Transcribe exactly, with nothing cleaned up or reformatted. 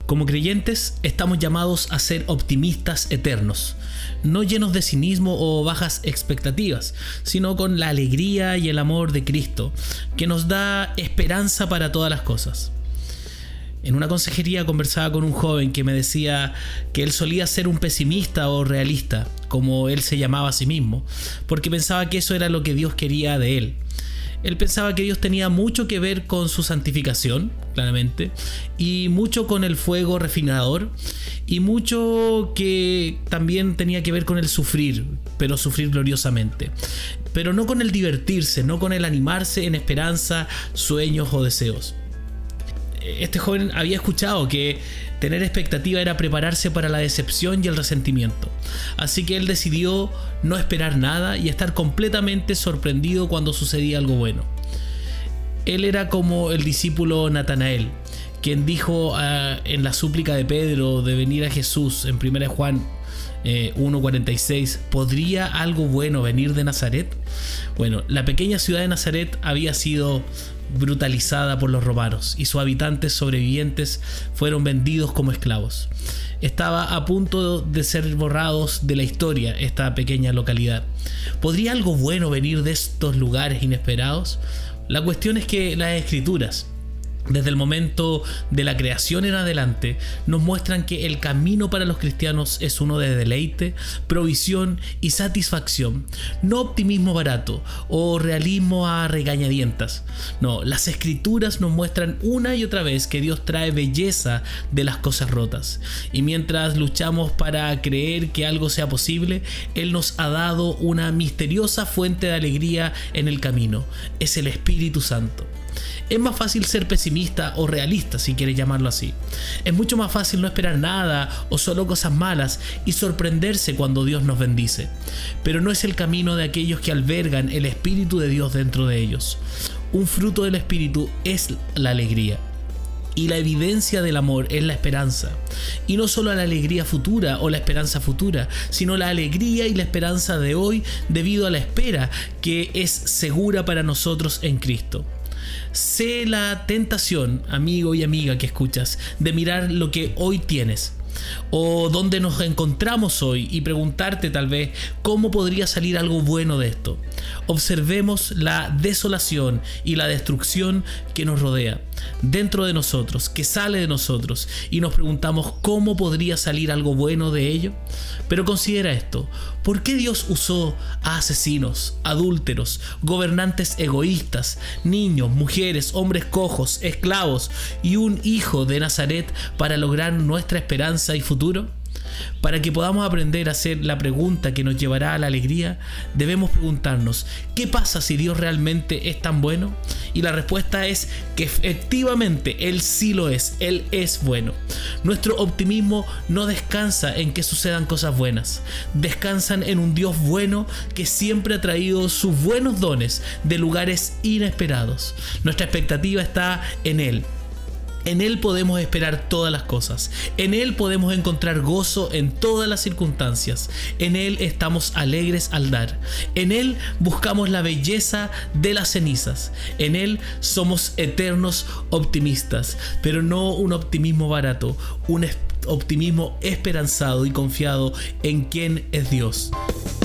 Como creyentes estamos llamados a ser optimistas eternos, no llenos de cinismo o bajas expectativas, sino con la alegría y el amor de Cristo, que nos da esperanza para todas las cosas. En una consejería conversaba con un joven que me decía que él solía ser un pesimista o realista, como él se llamaba a sí mismo, porque pensaba que eso era lo que Dios quería de él. Él pensaba que Dios tenía mucho que ver con su santificación, claramente, y mucho con el fuego refinador, y mucho que también tenía que ver con el sufrir, pero sufrir gloriosamente. Pero no con el divertirse, no con el animarse en esperanza, sueños o deseos. Este joven había escuchado que tener expectativa era prepararse para la decepción y el resentimiento. Así que él decidió no esperar nada y estar completamente sorprendido cuando sucedía algo bueno. Él era como el discípulo Natanael, quien dijo uh, en la súplica de Pedro de venir a Jesús en primera de Juan eh, uno cuarenta y seis: ¿podría algo bueno venir de Nazaret? Bueno, la pequeña ciudad de Nazaret había sido brutalizada por los romanos y sus habitantes sobrevivientes fueron vendidos como esclavos. Estaba a punto de ser borrados de la historia esta pequeña localidad. ¿Podría algo bueno venir de estos lugares inesperados? La cuestión es que las escrituras, desde el momento de la creación en adelante, nos muestran que el camino para los cristianos es uno de deleite, provisión y satisfacción, no optimismo barato o realismo a regañadientas. No, las escrituras nos muestran una y otra vez que Dios trae belleza de las cosas rotas, y mientras luchamos para creer que algo sea posible, Él nos ha dado una misteriosa fuente de alegría en el camino: es el Espíritu Santo. Es más fácil ser pesimista o realista, si quieres llamarlo así. Es mucho más fácil no esperar nada o solo cosas malas y sorprenderse cuando Dios nos bendice. Pero no es el camino de aquellos que albergan el Espíritu de Dios dentro de ellos. Un fruto del Espíritu es la alegría. Y la evidencia del amor es la esperanza. Y no solo la alegría futura o la esperanza futura, sino la alegría y la esperanza de hoy debido a la espera que es segura para nosotros en Cristo. Sé la tentación, amigo y amiga que escuchas, de mirar lo que hoy tienes o dónde nos encontramos hoy y preguntarte tal vez cómo podría salir algo bueno de esto. Observemos la desolación y la destrucción que nos rodea dentro de nosotros, que sale de nosotros, y nos preguntamos cómo podría salir algo bueno de ello. Pero considera esto: ¿por qué Dios usó a asesinos, adúlteros, gobernantes egoístas, niños, mujeres, hombres cojos, esclavos y un hijo de Nazaret para lograr nuestra esperanza y futuro? Para que podamos aprender a hacer la pregunta que nos llevará a la alegría, debemos preguntarnos: ¿qué pasa si Dios realmente es tan bueno? Y la respuesta es que efectivamente Él sí lo es, Él es bueno. Nuestro optimismo no descansa en que sucedan cosas buenas, descansan en un Dios bueno que siempre ha traído sus buenos dones de lugares inesperados. Nuestra expectativa está en Él. En Él podemos esperar todas las cosas. En Él podemos encontrar gozo en todas las circunstancias. En Él estamos alegres al dar. En Él buscamos la belleza de las cenizas. En Él somos eternos optimistas, pero no un optimismo barato, un optimismo esperanzado y confiado en quien es Dios.